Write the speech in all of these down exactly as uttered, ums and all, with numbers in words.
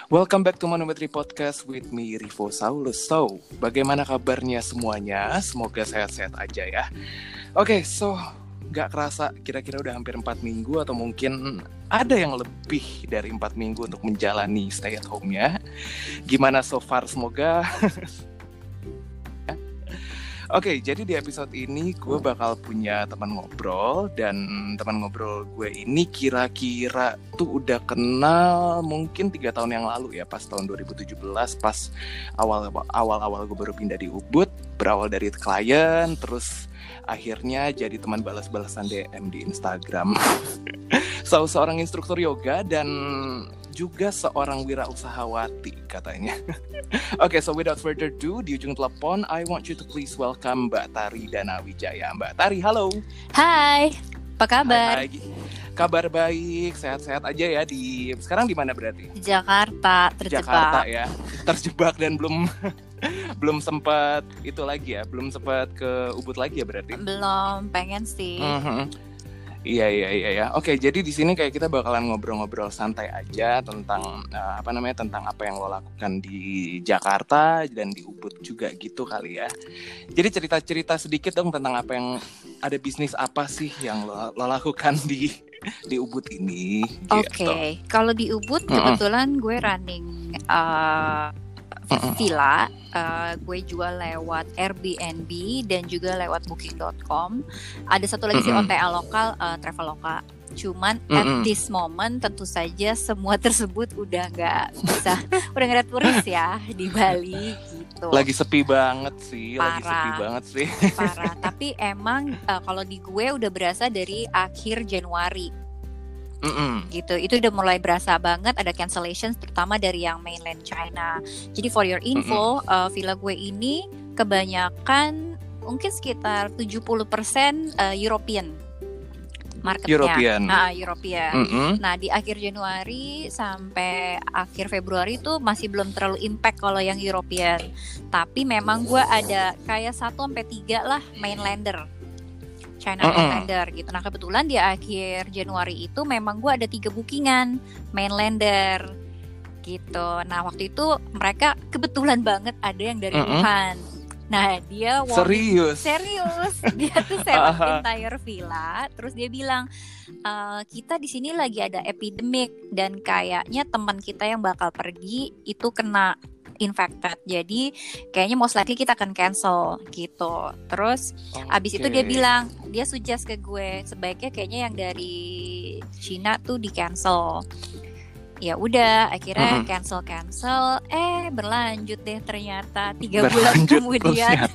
Welcome back to Manometri Podcast with me, Rivo Saulus. So, bagaimana kabarnya semuanya? Semoga sehat-sehat aja ya. Oke, okay, so gak kerasa kira-kira udah hampir empat minggu atau mungkin ada yang lebih dari empat minggu untuk menjalani stay at home-nya. Gimana so far? Semoga... Oke, okay, jadi di episode ini gue bakal punya teman ngobrol. Dan teman ngobrol gue ini kira-kira tuh udah kenal mungkin tiga tahun yang lalu ya. Pas tahun dua ribu tujuh belas, pas awal-awal gue baru pindah di Ubud. Berawal dari klien, terus akhirnya jadi teman balas-balasan D M di Instagram. So, seorang instruktur yoga dan juga seorang wirausahawati katanya. Oke, okay, so without further ado, di ujung telepon, I want you to please welcome Mbak Tari Danawijaya. Mbak Tari, halo. Hai, apa kabar? Hai, hai. Kabar baik, sehat-sehat aja ya. Di sekarang di mana berarti? Di Jakarta, terjebak. Jakarta ya, terjebak dan belum belum sempat itu lagi ya, belum sempat ke Ubud lagi ya berarti? Belum, pengen sih. Mm-hmm. Iya iya iya ya. Oke, jadi di sini kayak kita bakalan ngobrol-ngobrol santai aja tentang uh, apa namanya tentang apa yang lo lakukan di Jakarta dan di Ubud juga gitu kali ya. Jadi cerita-cerita sedikit dong tentang apa yang ada bisnis apa sih yang lo, lo lakukan di di Ubud ini. Oke, okay. Gitu. Kalau di Ubud kebetulan gue running uh, villa, uh, gue jual lewat Airbnb dan juga lewat booking dot com. Ada satu lagi sih O T A lokal, uh, Traveloka. Cuman mm-hmm. at this moment tentu saja semua tersebut udah nggak bisa, udah nggak ada turis ya di Bali gitu. Lagi sepi banget sih, parah. lagi sepi banget sih. Parah. Tapi emang uh, kalau di gue udah berasa dari akhir Januari. Mm-mm. Gitu, itu udah mulai berasa banget ada cancellations terutama dari yang mainland China. Jadi for your info, uh, villa gue ini kebanyakan mungkin sekitar tujuh puluh persen uh, European marketnya. European. Nah, European. Mm-hmm. Nah, di akhir Januari sampai akhir Februari itu masih belum terlalu impact kalau yang European. Tapi memang gue ada kayak satu sampai tiga lah mainlander. China uh-uh. mainlander gitu. Nah kebetulan di akhir Januari itu memang gue ada tiga bookingan mainlander gitu. Nah waktu itu mereka kebetulan banget ada yang dari uh-uh. Wuhan. Nah dia warning, serius serius dia tuh sewa uh-huh. entire villa. Terus dia bilang e, kita di sini lagi ada epidemic dan kayaknya teman kita yang bakal pergi itu kena infected, jadi kayaknya most likely kita akan cancel gitu. Terus okay. abis itu dia bilang, dia suggest ke gue sebaiknya kayaknya yang dari Cina tuh di cancel. Ya udah, akhirnya mm-hmm. cancel cancel. Eh berlanjut deh ternyata tiga bulan kemudian.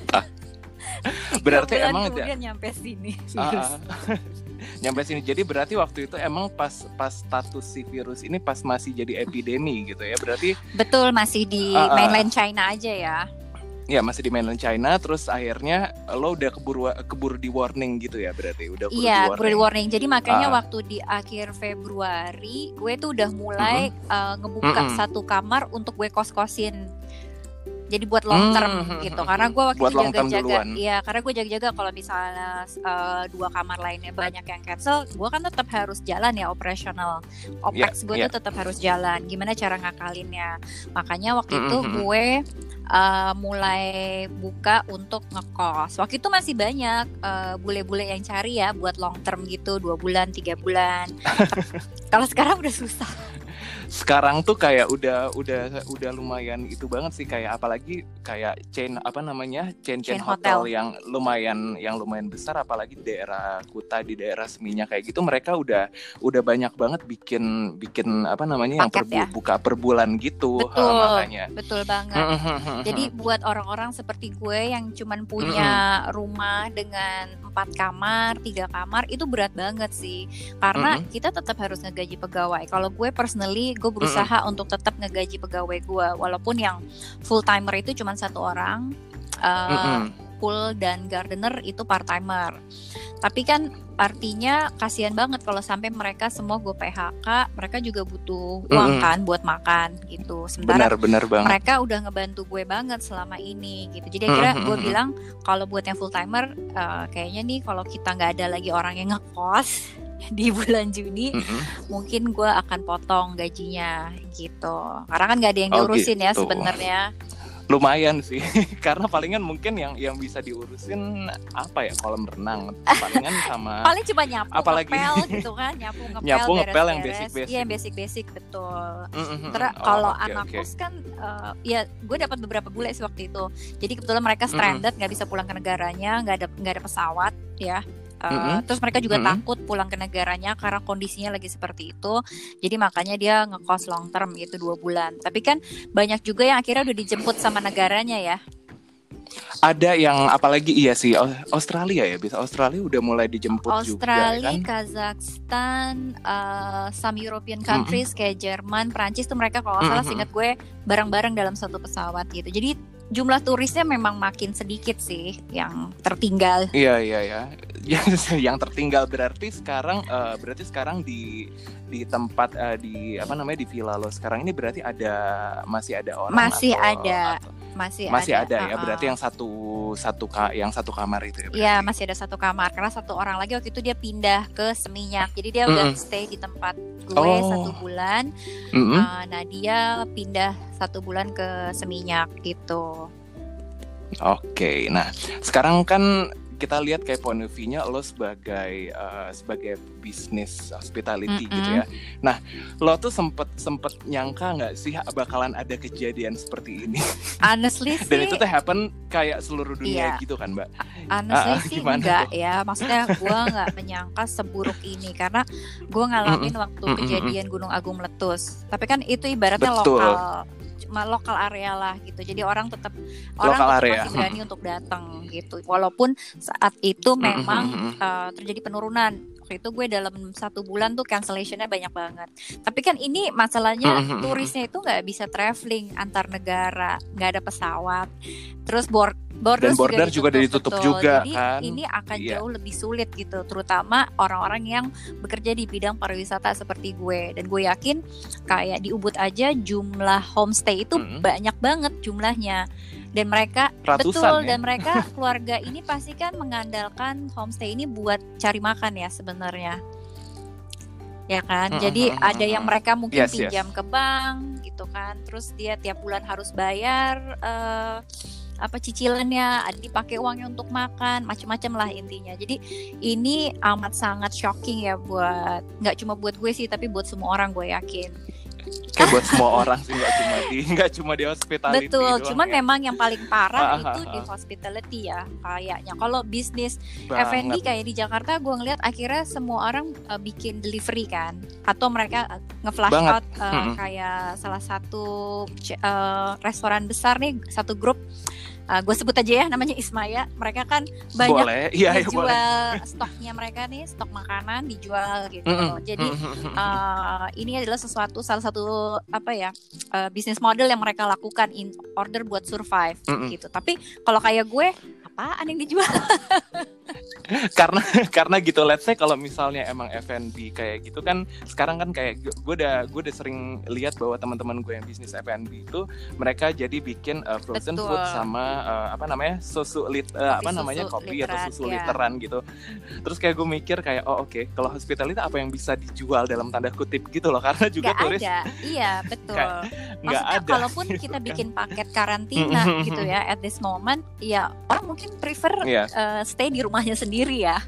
Berarti bulan emang kemudian dia... nyampe sini. Uh, nyampe sini. Jadi berarti waktu itu emang pas pas status si virus ini pas masih jadi epidemi gitu ya. Berarti betul, masih di uh, mainland China aja ya. Ya masih di mainland China. Terus akhirnya lo udah keburu keburu di warning gitu ya berarti udah keburu iya, di warning. keburu di warning. Jadi makanya uh. waktu di akhir Februari gue tuh udah mulai mm-hmm. uh, ngebuka mm-hmm. satu kamar untuk gue kos-kosin. Jadi buat long term hmm, gitu, karena gue waktu itu jaga-jaga, ya karena gue jaga-jaga kalau misalnya uh, dua kamar lainnya banyak yang cancel, gue kan tetap harus jalan ya operasional, opex yeah, gue yeah. tuh tetap harus jalan. Gimana cara ngakalinnya? Makanya waktu mm-hmm. itu gue uh, mulai buka untuk ngekos. Waktu itu masih banyak uh, bule-bule yang cari ya buat long term gitu, dua bulan, tiga bulan. Kalau sekarang udah susah. Sekarang tuh kayak udah udah udah lumayan itu banget sih, kayak apalagi kayak chain apa namanya chain chain, chain hotel, hotel yang lumayan yang lumayan besar, apalagi di daerah Kuta, di daerah Seminyak kayak gitu, mereka udah udah banyak banget bikin bikin apa namanya paket yang per, ya? buka per bulan gitu. Betul, uh, makanya betul banget. Jadi buat orang-orang seperti gue yang cuman punya rumah dengan empat kamar, tiga kamar itu berat banget sih, karena mm-hmm. kita tetap harus ngegaji pegawai. Kalau gue personally gue berusaha mm-hmm. untuk tetap ngegaji pegawai gue, walaupun yang full timer itu cuma satu orang, uh, mm-hmm. pool dan gardener itu part timer. Tapi kan artinya kasihan banget kalau sampai mereka semua gue P H K, mereka juga butuh uang mm-hmm. kan buat makan gitu. Sementara benar, benar banget. Mereka udah ngebantu gue banget selama ini gitu. Jadi akhirnya mm-hmm. gue bilang kalau buat yang full timer uh, kayaknya nih kalau kita nggak ada lagi orang yang ngekos, di bulan Juni mm-hmm. mungkin gue akan potong gajinya gitu. Karena kan nggak ada yang diurusin oh, gitu. ya sebenarnya. Lumayan sih, karena palingan mungkin yang yang bisa diurusin apa ya, kolam renang palingan sama paling cuma nyapu apalagi ngepel gitu kan, nyapu ngepel nyapu ngepel beres-beres. yang basic-basic. Iya, yang basic-basic betul. Mm-hmm. Terus oh, kalau okay, anak okay. kos kan uh, ya gue dapat beberapa bule sih waktu itu. Jadi kebetulan mereka stranded, nggak mm-hmm. bisa pulang ke negaranya, nggak ada nggak ada pesawat ya. Uh, mm-hmm. Terus mereka juga mm-hmm. takut pulang ke negaranya karena kondisinya lagi seperti itu. Jadi makanya dia ngekos long term gitu dua bulan. Tapi kan banyak juga yang akhirnya udah dijemput sama negaranya ya. Ada yang apalagi iya sih Australia ya, bisa Australia udah mulai dijemput Australia, juga kan. Australia, Kazakhstan, uh, some European countries mm-hmm. kayak Jerman, Prancis tuh mereka kalau nggak salah mm-hmm. seingat gue bareng-bareng dalam satu pesawat gitu. Jadi jumlah turisnya memang makin sedikit sih yang tertinggal. Iya iya ya. Yang yang tertinggal berarti sekarang uh, berarti sekarang di di tempat uh, di apa namanya di villa lo sekarang ini berarti ada masih ada orang masih atau, ada atau, masih, masih ada, ada ya. Uh-uh. Berarti yang satu satu ka, yang satu kamar itu ya. Iya, masih ada satu kamar karena satu orang lagi waktu itu dia pindah ke Seminyak. Jadi dia mm-hmm. udah stay di tempat gue oh. satu bulan. Mm-hmm. Uh, nah dia pindah satu bulan ke Seminyak gitu. Oke, nah sekarang kan kita lihat kayak point of view-nya lo sebagai uh, sebagai bisnis hospitality mm-hmm. gitu ya. Nah, lo tuh sempet sempet nyangka nggak sih bakalan ada kejadian seperti ini? Honestly sih. Dan itu tuh happen kayak seluruh dunia iya. gitu kan, Mbak? Honestly uh, sih enggak tuh? Ya. Maksudnya gue nggak menyangka seburuk ini karena gue ngalamin mm-hmm. waktu mm-hmm. kejadian Gunung Agung meletus. Tapi kan itu ibaratnya Betul. lokal. lokal area lah gitu. Jadi orang tetap orang tetap masih berani hmm. untuk datang gitu. Walaupun saat itu memang hmm. uh, terjadi penurunan. Waktu itu gue dalam satu bulan tuh cancellationnya banyak banget. Tapi kan ini masalahnya hmm. turisnya itu nggak bisa traveling antar negara, nggak ada pesawat. Terus board Border dan border juga udah ditutup juga. Jadi kan. ini akan iya. jauh lebih sulit gitu, terutama orang-orang yang bekerja di bidang pariwisata seperti gue. Dan gue yakin kayak di Ubud aja jumlah homestay itu mm-hmm. banyak banget jumlahnya. Dan mereka Ratusan, betul ya? Dan mereka keluarga ini pasti kan mengandalkan homestay ini buat cari makan ya sebenarnya. Ya kan, mm-hmm. jadi ada yang mereka mungkin yes, pinjam yes. ke bank gitu kan, terus dia tiap bulan harus bayar uh, apa cicilannya, ada dipakai uangnya untuk makan, macam-macam lah intinya. Jadi ini amat sangat shocking ya buat nggak cuma buat gue sih, tapi buat semua orang gue yakin. Kayak buat semua orang sih, nggak cuma di nggak cuma di hospitality. Betul, doang, cuman ya. memang yang paling parah itu di hospitality ya kayaknya. Kalau bisnis F and B kayak di Jakarta, gue ngeliat akhirnya semua orang uh, bikin delivery kan, atau mereka uh, nge-flash Banget. out uh, hmm. kayak salah satu uh, restoran besar nih, satu grup. Uh, gue sebut aja ya namanya Ismaya. Mereka kan banyak boleh. Ya, dijual ya, stoknya mereka nih, stok makanan dijual gitu. Mm-hmm. Jadi uh, ini adalah sesuatu salah satu apa ya uh, bisnis model yang mereka lakukan in order buat survive mm-hmm. gitu. Tapi kalau kayak gue, apaan yang dijual? karena karena gitu, let's say kalau misalnya emang F and B kayak gitu kan, sekarang kan kayak gue udah gue udah sering lihat bahwa teman-teman gue yang bisnis F and B itu mereka jadi bikin uh, frozen Betul. food sama uh, apa namanya susu lit uh, apa susu namanya kopi literan, atau susu ya. literan gitu. Terus kayak gue mikir kayak oh oke okay, kalau hospitality apa yang bisa dijual dalam tanda kutip gitu loh, karena juga gak turis ada. Iya betul. Nggak ada. Kalaupun kita bikin paket karantina gitu ya at this moment, ya orang mungkin prefer yeah. uh, stay di rumahnya sendiri ya.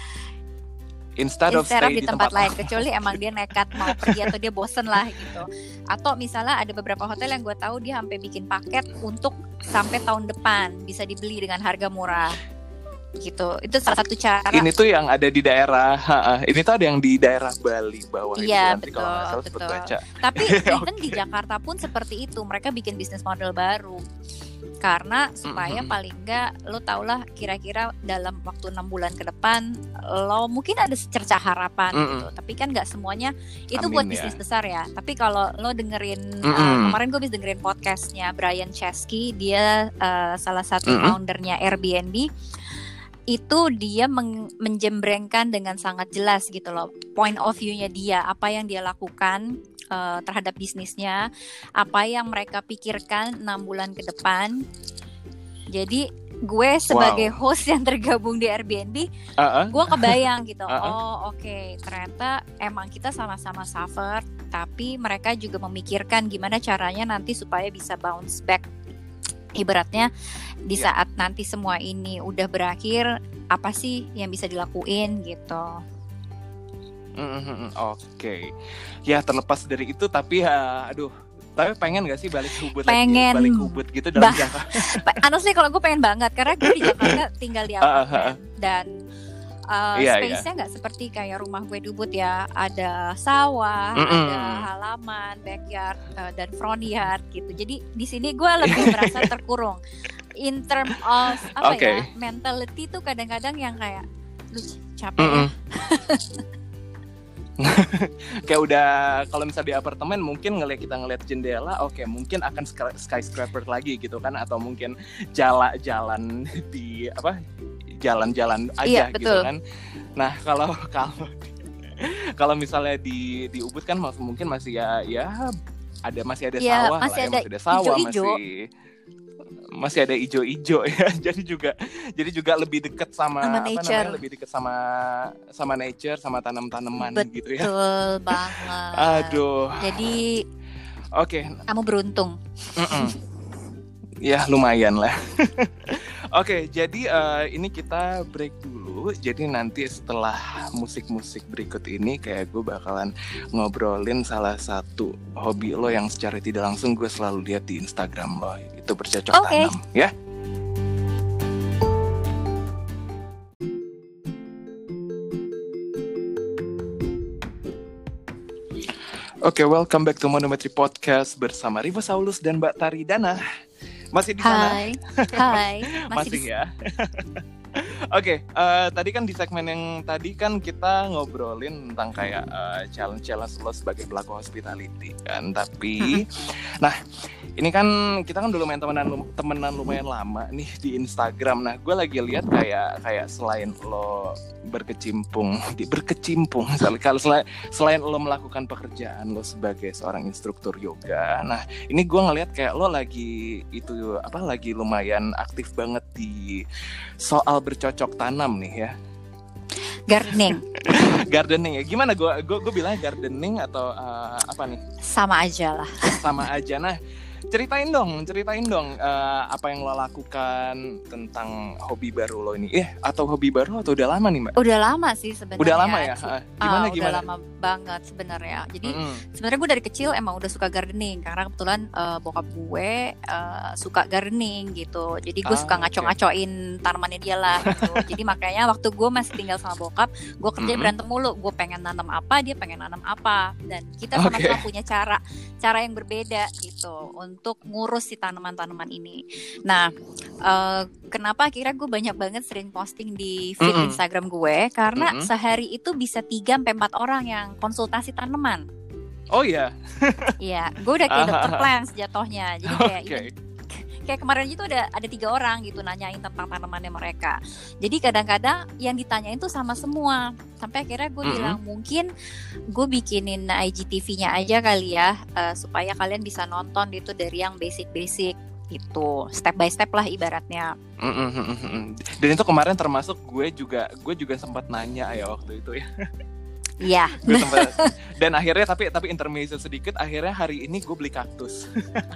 Instead of Instead stay di, di tempat, tempat lain, kecuali emang dia nekat mau pergi atau dia bosen lah gitu. Atau misalnya ada beberapa hotel yang gue tahu dia sampai bikin paket untuk sampai tahun depan bisa dibeli dengan harga murah gitu. Itu salah satu cara. Ini tuh yang ada di daerah ha, ini tuh ada yang di daerah Bali bawah iya, itu nanti betul, kalau betul. baca. Tapi even di Jakarta pun seperti itu, mereka bikin bisnis model baru. Karena supaya mm-hmm. paling enggak lo tau lah kira-kira dalam waktu enam bulan ke depan lo mungkin ada secerca harapan mm-hmm. gitu. Tapi kan nggak semuanya itu Amin, buat bisnis ya. besar ya. Tapi kalau lo dengerin mm-hmm. uh, kemarin gue bisa dengerin podcastnya Brian Chesky, dia uh, salah satu mm-hmm. foundernya Airbnb. Itu dia men- menjembrengkan dengan sangat jelas gitu loh point of view-nya dia, apa yang dia lakukan uh, terhadap bisnisnya, apa yang mereka pikirkan enam bulan ke depan. Jadi gue sebagai wow. host yang tergabung di Airbnb, uh-uh. gue kebayang gitu. uh-uh. Oh oke, okay. Ternyata emang kita sama-sama suffer, tapi mereka juga memikirkan gimana caranya nanti supaya bisa bounce back. Ibaratnya di yeah. saat nanti semua ini udah berakhir, apa sih yang bisa dilakuin gitu. Mm-hmm. Oke, okay. Ya terlepas dari itu, tapi ya, aduh. Tapi pengen gak sih balik ke Ubud pengen. lagi, balik ke Ubud gitu dalam bah- jangka? Honestly kalau gue pengen banget, karena gue di Jakarta tinggal di apartemen dan uh, yeah, space-nya yeah. gak seperti kayak rumah gue di Ubud ya. Ada sawah, mm-hmm. ada halaman, backyard, uh, dan front yard gitu. Jadi di sini gue lebih merasa terkurung. In term of apa okay. ya, mentality tuh kadang-kadang yang kayak, lu capek mm-hmm. ya. Kayak udah kalau misalnya di apartemen mungkin ngeliat kita ngeliat jendela, oke okay, mungkin akan skyscraper lagi gitu kan, atau mungkin jalan-jalan di apa jalan-jalan aja iya, gitu betul. Kan. Nah kalau kalau kalau misalnya di di Ubud kan mungkin masih ya ya ada masih ada ya, sawah masih lah, ada ya, masih ada sawah ijo-ijo. masih masih ada ijo-ijo ya, jadi juga jadi juga lebih dekat sama, sama apa namanya lebih dekat sama sama nature, sama tanam-tanaman gitu ya. Betul banget. Aduh. Jadi oke. Okay. Kamu beruntung. Ya lumayan lah. Oke, okay, jadi uh, ini kita break dulu. Jadi nanti setelah musik-musik berikut ini, kayak gue bakalan ngobrolin salah satu hobi lo yang secara tidak langsung gue selalu lihat di Instagram lo, itu bercocok okay. tanam, ya. Oke, okay, welcome back to Monometry Podcast bersama Riva Saulus dan Mbak Taridana. Masih di sana? Hai, hai. Masih, Masih di... ya. Oke, okay, uh, tadi kan di segmen yang tadi kan kita ngobrolin tentang kayak uh, challenge-challenge lo sebagai pelaku hospitality kan. Tapi, nah ini kan kita kan dulu main temenan temenan lumayan lama nih di Instagram. Nah, gue lagi lihat kayak kayak selain lo berkecimpung di berkecimpung kalau selain selain lo melakukan pekerjaan lo sebagai seorang instruktur yoga. Nah, ini gue ngelihat kayak lo lagi itu apa lagi lumayan aktif banget di soal bercocok tanam nih ya. Gardening. Gardening ya. Gimana gue gue gue bilangnya gardening atau uh, apa nih? Sama aja lah. Sama aja. Nah, ceritain dong, ceritain dong uh, apa yang lo lakukan tentang hobi baru lo ini. Eh, atau hobi baru atau udah lama nih, Mbak? Udah lama sih sebenarnya. Udah lama ya? Gimana ah, gimana? Udah lama banget sebenarnya. Jadi mm-hmm. sebenarnya gue dari kecil emang udah suka gardening karena kebetulan uh, bokap gue uh, suka gardening gitu. Jadi gue ah, suka ngaco-ngacoin okay. tanamannya dia lah gitu. Jadi makanya waktu gue masih tinggal sama bokap, gue kerja mm-hmm. berantem mulu. Gue pengen nanam apa, dia pengen nanam apa, dan kita sama-sama okay. punya cara cara yang berbeda gitu untuk ngurus si tanaman-tanaman ini. Nah, uh, kenapa akhirnya gue banyak banget sering posting di feed mm-hmm. Instagram gue? Karena mm-hmm. sehari itu bisa tiga sampai empat orang yang konsultasi tanaman. Oh iya? Iya, gue udah kayak dokter plants jatuhnya. Jadi kayak okay. ini, kayak kemarin itu ada ada tiga orang gitu nanyain tentang tanamannya mereka. Jadi kadang-kadang yang ditanyain tuh sama semua. Sampai akhirnya gue mm-hmm. bilang mungkin gue bikinin I G T V-nya aja kali ya uh, supaya kalian bisa nonton itu dari yang basic-basic itu, step by step lah ibaratnya. Mm-hmm. Dan itu kemarin termasuk gue juga gue juga sempat nanya ya waktu itu ya. Iya. Dan akhirnya tapi tapi intermezzo sedikit, akhirnya hari ini gue beli kaktus.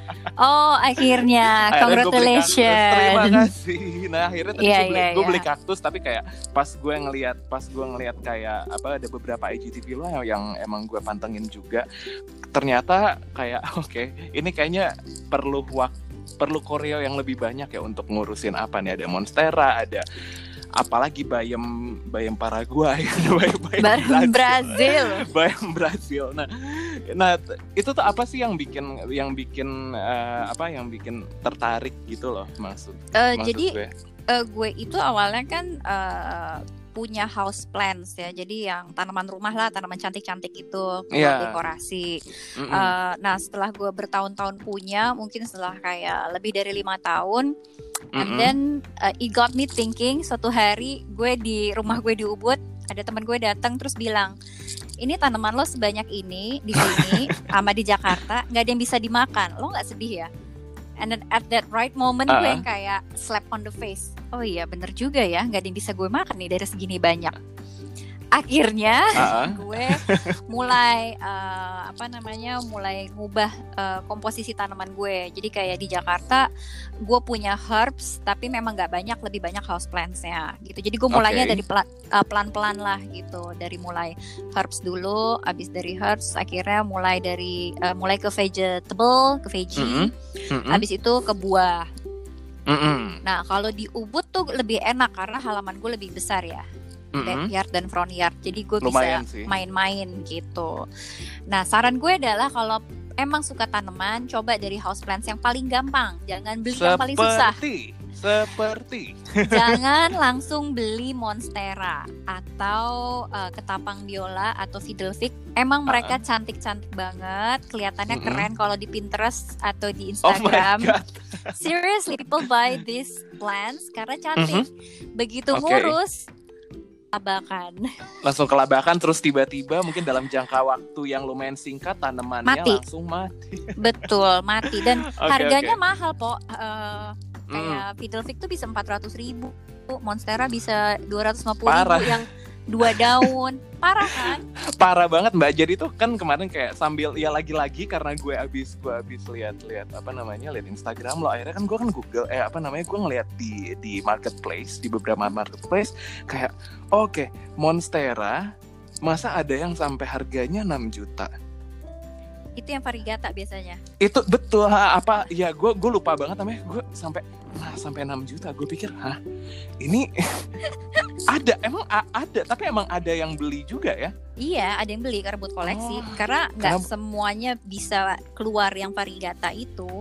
Oh akhirnya, congratulations. Terima kasih. Nah akhirnya tadi yeah, gue beli, yeah, gue beli yeah. kaktus, tapi kayak pas gue ngelihat pas gue ngelihat kayak apa ada beberapa I G T V lah yang emang gue pantengin juga. Ternyata kayak oke, okay, ini kayaknya perlu waktu perlu koreo yang lebih banyak ya untuk ngurusin apa nih, ada monstera, ada apalagi bayam bayam Paraguay, bayam, bayam Brazil, bayam Brazil. Nah, nah itu tuh apa sih yang bikin yang bikin uh, apa yang bikin tertarik gitu loh maksud? Uh, maksud jadi gue. Uh, gue itu awalnya kan uh, punya house plants ya, jadi yang tanaman rumah lah, tanaman cantik-cantik itu buat yeah. dekorasi. Mm-hmm. Uh, nah setelah gue bertahun-tahun punya, mungkin setelah kayak lebih dari lima tahun, mm-hmm. and then uh, it got me thinking. Suatu hari gue di rumah gue di Ubud, ada teman gue datang terus bilang, ini tanaman lo sebanyak ini di sini sama di Jakarta nggak ada yang bisa dimakan, lo nggak sedih ya? And then at that right moment uh-huh. gue yang kayak slap on the face. Oh iya bener juga ya, gak ada yang bisa gue makan nih dari segini banyak. Akhirnya uh-huh. gue mulai uh, apa namanya mulai ngubah uh, komposisi tanaman gue. Jadi kayak di Jakarta gue punya herbs tapi memang nggak banyak, lebih banyak houseplants-nya gitu. Jadi gue mulainya okay. dari pela- uh, pelan-pelan lah gitu, dari mulai herbs dulu, abis dari herbs akhirnya mulai dari uh, mulai ke vegetable, ke veggie, mm-hmm. Mm-hmm. abis itu ke buah. Mm-hmm. Nah kalau di Ubud tuh lebih enak karena halaman gue lebih besar ya. Backyard dan front yard, jadi gue bisa sih. main-main gitu. Nah saran gue adalah kalau emang suka tanaman, coba dari houseplants yang paling gampang, jangan beli seperti, yang paling susah. Seperti jangan langsung beli monstera atau uh, ketapang biola atau fiddlefigs. Emang mereka uh-uh. cantik-cantik banget, kelihatannya mm-hmm. keren kalau di Pinterest atau di Instagram. Oh Seriously, people buy these plants karena cantik. Mm-hmm. Begitu okay. ngurus labakan. Langsung kelabakan, terus tiba-tiba mungkin dalam jangka waktu yang lumayan singkat tanamannya mati. langsung mati. Betul, mati. Dan okay, harganya okay. mahal, Po. Uh, kayak mm. fiddlefigs tuh bisa empat ratus ribu, monstera bisa dua ratus lima puluh ribu yang dua daun. Parah kan? Parah banget Mbak. Jadi tuh kan kemarin kayak sambil ya lagi-lagi karena gue abis gue abis lihat-lihat apa namanya lihat Instagram lo, akhirnya kan gue kan Google eh apa namanya gue ngeliat di di marketplace, di beberapa marketplace kayak oke okay, monstera masa ada yang sampai harganya enam juta. Itu yang variegata biasanya. Itu betul ha, apa ya gue gue lupa banget namanya, gue sampai nah sampai enam juta. Gue pikir hah ini ada emang a- ada tapi emang ada yang beli juga ya? Iya ada yang beli karena buat koleksi, oh, karena nggak karena... semuanya bisa keluar yang variegata itu.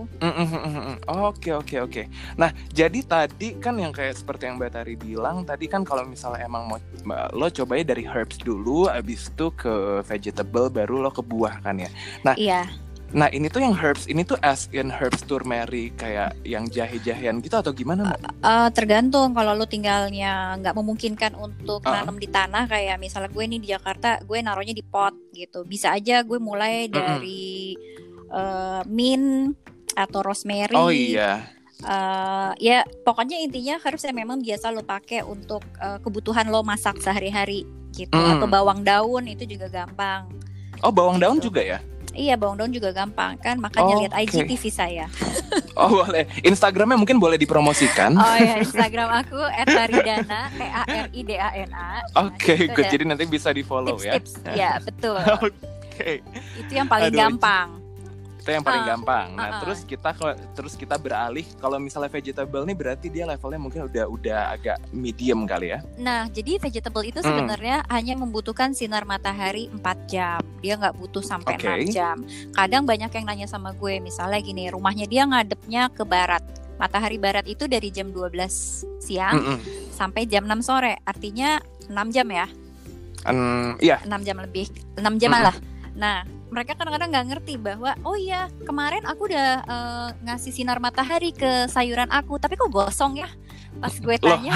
Oke oke oke. Nah jadi tadi kan yang kayak seperti yang Mbak Tari bilang tadi kan kalau misalnya emang mau lo cobain dari herbs dulu, abis itu ke vegetable, baru lo ke buah kan ya. Nah iya. Nah ini tuh yang herbs, ini tuh as in herbs turmeric kayak yang jahe-jahean gitu atau gimana Mbak? Uh, tergantung, kalau lu tinggalnya nggak memungkinkan untuk uh. nanam di tanah, kayak misalnya gue nih di Jakarta, gue naruhnya di pot gitu. Bisa aja gue mulai dari mm-hmm. uh, mint atau rosemary. Oh iya. Uh, ya pokoknya intinya herbs yang memang biasa lo pakai untuk uh, kebutuhan lo masak sehari-hari gitu. Mm. Atau bawang daun itu juga gampang. Oh bawang gitu. daun juga ya? Iya, bawang daun juga gampang kan, makanya oh, lihat I G T V saya. Oh boleh, Instagramnya mungkin boleh dipromosikan. Oh ya, Instagram aku et taridana, T A R I D A N A. Oke, okay, good. Jadi nanti bisa di follow ya. Tips-tips, ya betul. Oke. Okay. Itu yang paling Aduh, gampang. Itu yang paling uh, gampang. Nah, uh-uh. terus kita terus kita beralih kalau misalnya vegetable nih berarti dia levelnya mungkin udah udah agak medium kali ya. Nah, jadi vegetable itu sebenarnya hmm. hanya membutuhkan sinar matahari empat jam. Dia nggak butuh sampai okay. enam jam. Kadang banyak yang nanya sama gue, misalnya gini, rumahnya dia ngadepnya ke barat. Matahari barat itu dari jam dua belas siang mm-mm. sampai jam enam sore. Artinya enam jam ya. Um, iya. enam jam lebih. enam jam lah. Nah, mereka kadang-kadang nggak ngerti bahwa oh iya kemarin aku udah uh, ngasih sinar matahari ke sayuran aku, tapi kok gosong ya? Pas gue tanya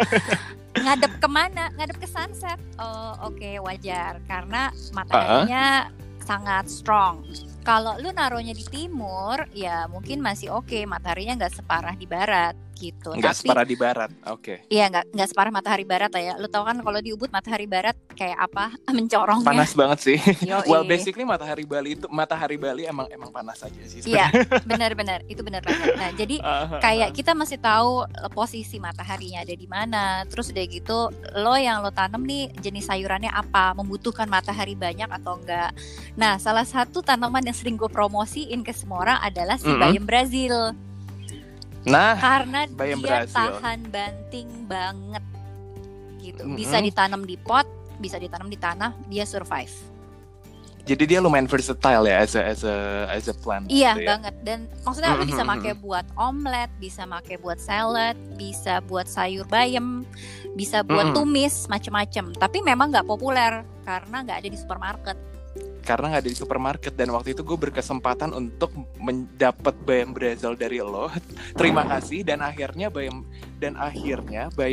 ngadep kemana? Ngadep ke sunset. Oh oke okay, wajar karena mataharinya uh-huh. sangat strong. Kalau lu naruhnya di timur ya mungkin masih oke, okay, mataharinya nggak separah di barat gitu. Nggak separah di barat, oke. Okay. Iya nggak nggak separah matahari barat ya. Lu tau kan kalau di Ubud matahari barat kayak apa? Mencorongnya. Panas banget sih. Well basically matahari Bali itu matahari Bali emang emang panas aja sih. Iya benar-benar itu benar banget. Nah jadi kayak kita masih tahu posisi mataharinya ada di mana. Terus udah gitu lo yang lo tanam nih jenis sayurannya apa? Membutuhkan matahari banyak atau enggak? Nah salah satu tanaman yang sering gue promosiin ke semua orang adalah si mm-hmm. bayam Brazil. Nah, karena dia Brazil. tahan banting banget gitu. Bisa mm-hmm. ditanam di pot, bisa ditanam di tanah, dia survive. Jadi dia lumayan versatile ya as a as a as a plant. Iya gitu ya? Banget. Dan maksudnya mm-hmm. lu bisa pakai buat omelet, bisa pakai buat salad, bisa buat sayur bayam, bisa buat mm-hmm. tumis macam-macam. Tapi memang nggak populer karena nggak ada di supermarket. Karena nggak ada di supermarket dan waktu itu gue berkesempatan untuk mendapat bayam Brazil dari lo. Terima kasih dan akhirnya bayam dan akhirnya bayam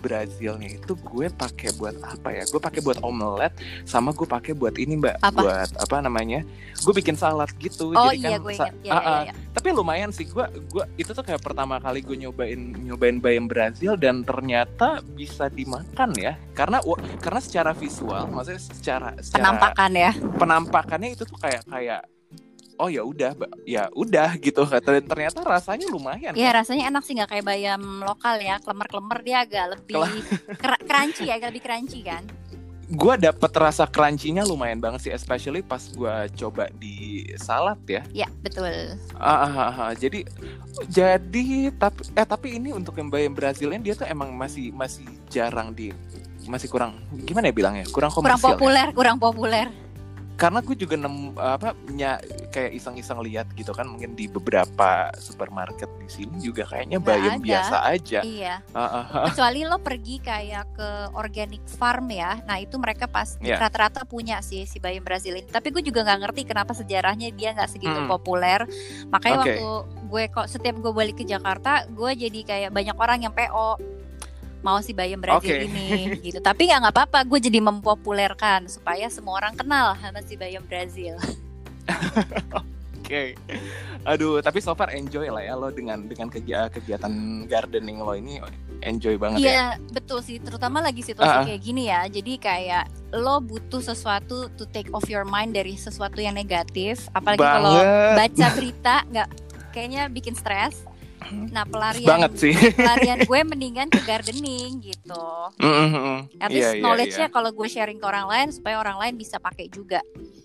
Brazilnya itu gue pakai buat apa ya? Gue pakai buat omelet, sama gue pakai buat ini Mbak, apa? buat apa namanya? Gue bikin salad gitu. Oh Jadi iya, kan, gue sa- ingat. Ya, ah, ya, ah. ya, ya. Tapi lumayan sih, gue gue itu tuh kayak pertama kali gue nyobain nyobain bayam Brazil dan ternyata bisa dimakan ya. Karena karena secara visual, maksudnya secara, secara penampakan ya. Penampakannya itu tuh kayak kayak oh ya udah ya udah gitu, ternyata rasanya lumayan. Iya, rasanya enak sih, nggak kayak bayam lokal ya, klemer-klemer, dia agak lebih ker- crunchy ya, agak lebih crunchy kan. Gue dapet rasa crunchy-nya lumayan banget sih, especially pas gue coba di salad ya. Iya, betul. Ah, ah, ah, jadi jadi tapi eh tapi ini untuk yang bayam Brazilnya dia tuh emang masih masih jarang di masih kurang gimana ya bilangnya, kurang komersial. Kurang populer, ya? kurang populer. Karena gue juga nemu apa ny- kayak iseng-iseng lihat gitu kan, mungkin di beberapa supermarket di sini juga kayaknya bayam biasa aja. Iya. Uh, uh, uh. Kecuali lo pergi kayak ke organic farm ya, nah itu mereka pasti yeah. rata-rata punya sih si bayam Brazil ini. Tapi gue juga nggak ngerti kenapa sejarahnya dia nggak segitu hmm. populer. Makanya okay. waktu gue kok setiap gue balik ke Jakarta, gue jadi kayak banyak orang yang P O mau si bayam Brazil okay. ini gitu. Tapi nggak nggak apa-apa, gue jadi mempopulerkan supaya semua orang kenal sama si bayam Brazil. Oke, okay. Aduh, tapi so far enjoy lah ya lo dengan dengan kegiatan, kegiatan gardening lo ini, enjoy banget ya. Iya, betul sih, terutama lagi situasi uh-uh. kayak gini ya. Jadi kayak lo butuh sesuatu to take off your mind dari sesuatu yang negatif, apalagi kalau baca berita nggak, kayaknya bikin stres. Nah pelarian banget sih. pelarian gue mendingan ke gardening gitu. Mm-hmm. At least yeah, knowledge-nya yeah, yeah. kalau gue sharing ke orang lain supaya orang lain bisa pakai juga.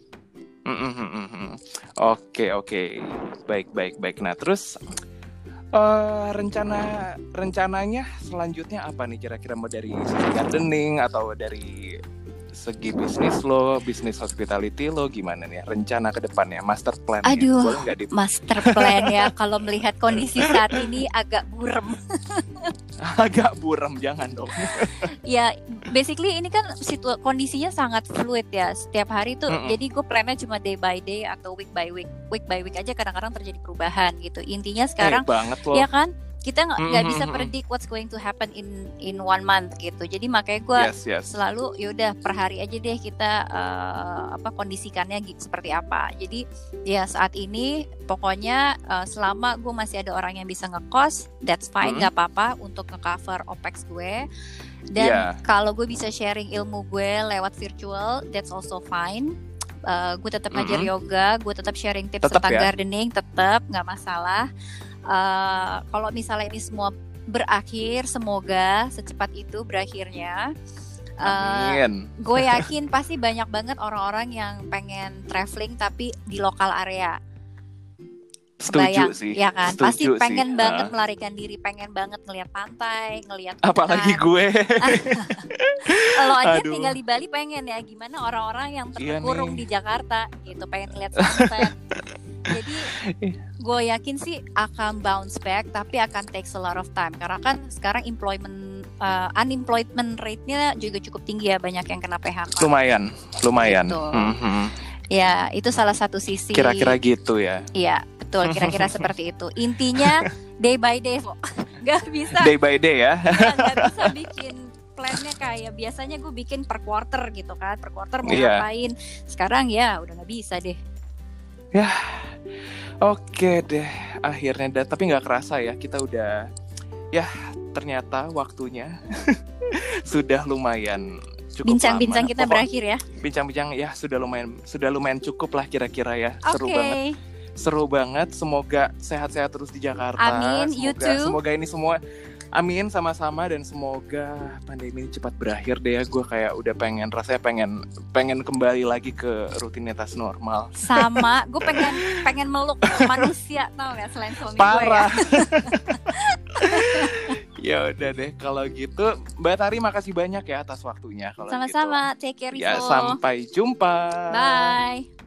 Mm-hmm. Oke oke, baik baik baik. Nah terus uh, rencana rencananya selanjutnya apa nih kira-kira, mau dari segi gardening atau dari segi bisnis lo, bisnis hospitality lo, gimana nih rencana ke depannya, master plan? Aduh, di... master plan ya. Kalau melihat kondisi saat ini agak buram. Agak buram, jangan dong. Ya, basically ini kan situ kondisinya sangat fluid ya. Setiap hari tuh, mm-mm. jadi gue plannya cuma day by day atau week by week, week by week aja. Kadang-kadang terjadi perubahan gitu. Intinya sekarang, eh, banget loh. Ya kan? Kita nggak mm-hmm. bisa predict what's going to happen in in one month gitu. Jadi makanya gue yes, yes. selalu yaudah per hari aja deh kita uh, apa kondisikannya gitu, seperti apa. Jadi ya saat ini pokoknya uh, selama gue masih ada orang yang bisa ngekos, that's fine, nggak mm-hmm. apa-apa untuk nge-cover opex gue. Dan yeah. kalau gue bisa sharing ilmu gue lewat virtual, that's also fine. Uh, gue tetap mm-hmm. ngajar yoga, gue tetap sharing tips tetep tentang ya? gardening, tetap nggak masalah. Uh, kalau misalnya ini semua berakhir, semoga secepat itu berakhirnya. Uh, Amin. Gue yakin pasti banyak banget orang-orang yang pengen traveling tapi di lokal area. Setuju Bayang, sih. Ya kan, Setuju pasti pengen sih. banget uh. melarikan diri, pengen banget ngelihat pantai, ngelihat. Apalagi gue. Lo aja Aduh. tinggal di Bali pengen ya, gimana orang-orang yang terkurung iya di Jakarta gitu, pengen ngelihat sunset. Jadi gue yakin sih akan bounce back, tapi akan takes a lot of time. Karena kan sekarang employment uh, unemployment rate-nya juga cukup tinggi ya, banyak yang kena P H K. Lumayan, lumayan. Gitu. Mm-hmm. Ya itu salah satu sisi. Kira-kira gitu ya. Iya betul, kira-kira seperti itu. Intinya day by day kok. Gak bisa. Day by day ya. Ya gak bisa bikin plannya kayak biasanya gue bikin per quarter gitu kan, per quarter mau yeah. ngapain. Sekarang ya udah gak bisa deh. Ya, oke deh, akhirnya dah. Tapi nggak kerasa ya, kita udah, ya ternyata waktunya sudah lumayan cukup bincang-bincang lama. kita Pokok, berakhir ya. Bincang-bincang ya sudah lumayan, sudah lumayan cukup lah kira-kira ya. Okay. Seru banget, seru banget. Semoga sehat-sehat terus di Jakarta. Amin, semoga, you too. Semoga ini semua. Amin, sama-sama, dan semoga pandemi ini cepat berakhir deh ya. Gue kayak udah pengen, rasanya pengen pengen kembali lagi ke rutinitas normal. Sama, gue pengen pengen meluk manusia, tau gak, selain suami Parah. gue ya. Ya udah deh kalau gitu, Mbak Tari makasih banyak ya atas waktunya. Kalau sama-sama, gitu. take care. Ya, sampai jumpa. Bye.